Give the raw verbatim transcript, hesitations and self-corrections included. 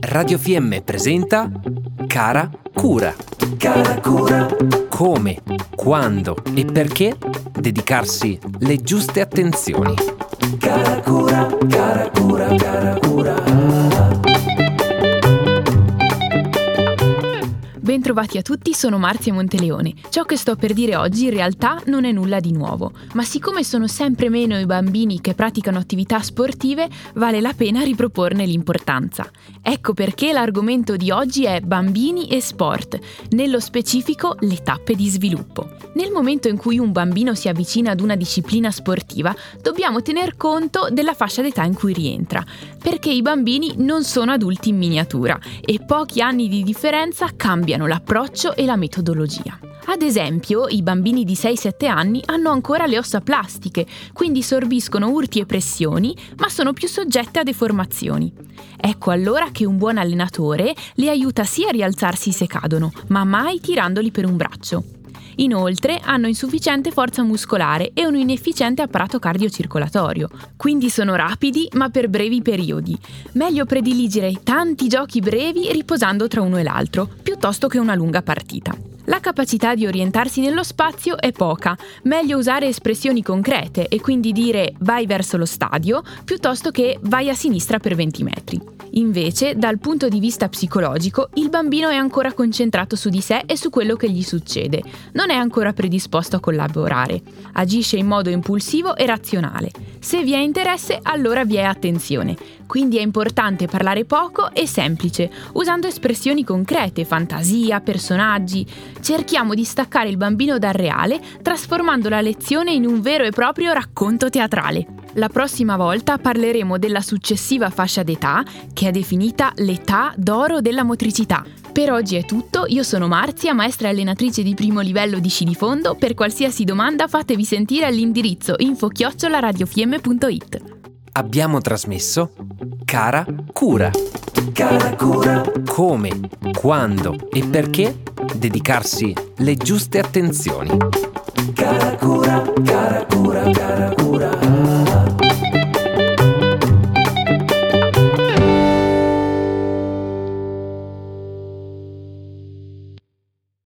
Radio F M presenta Cara Cura. Cara Cura. Come, quando e perché dedicarsi le giuste attenzioni. Cara Cura, cara cura, cara cura. Bentrovati a tutti, sono Marzia Monteleone. Ciò che sto per dire oggi in realtà non è nulla di nuovo, ma siccome sono sempre meno i bambini che praticano attività sportive, vale la pena riproporne l'importanza. Ecco perché l'argomento di oggi è bambini e sport, nello specifico le tappe di sviluppo. Nel momento in cui un bambino si avvicina ad una disciplina sportiva, dobbiamo tener conto della fascia d'età in cui rientra, perché i bambini non sono adulti in miniatura e pochi anni di differenza cambiano l'approccio e la metodologia. Ad esempio, i bambini di sei sette anni hanno ancora le ossa plastiche, quindi sorbiscono urti e pressioni, ma sono più soggette a deformazioni. Ecco allora che un buon allenatore li aiuta sia a rialzarsi se cadono, ma mai tirandoli per un braccio. Inoltre hanno insufficiente forza muscolare e un inefficiente apparato cardiocircolatorio, quindi sono rapidi ma per brevi periodi. Meglio prediligere tanti giochi brevi riposando tra uno e l'altro, piuttosto che una lunga partita. La capacità di orientarsi nello spazio è poca, meglio usare espressioni concrete e quindi dire vai verso lo stadio piuttosto che vai a sinistra per venti metri. Invece, dal punto di vista psicologico, il bambino è ancora concentrato su di sé e su quello che gli succede, non è ancora predisposto a collaborare, agisce in modo impulsivo e razionale. Se vi è interesse, allora vi è attenzione. Quindi è importante parlare poco e semplice, usando espressioni concrete, fantasia, personaggi. Cerchiamo di staccare il bambino dal reale, trasformando la lezione in un vero e proprio racconto teatrale. La prossima volta parleremo della successiva fascia d'età, che è definita l'età d'oro della motricità. Per oggi è tutto, io sono Marzia, maestra e allenatrice di primo livello di sci di fondo. Per qualsiasi domanda fatevi sentire all'indirizzo info chiocciola radiofm punto it. Abbiamo trasmesso Cara Cura. Cara Cura. Come, quando e perché dedicarsi le giuste attenzioni. Cara Cura, cara cura, cara cura.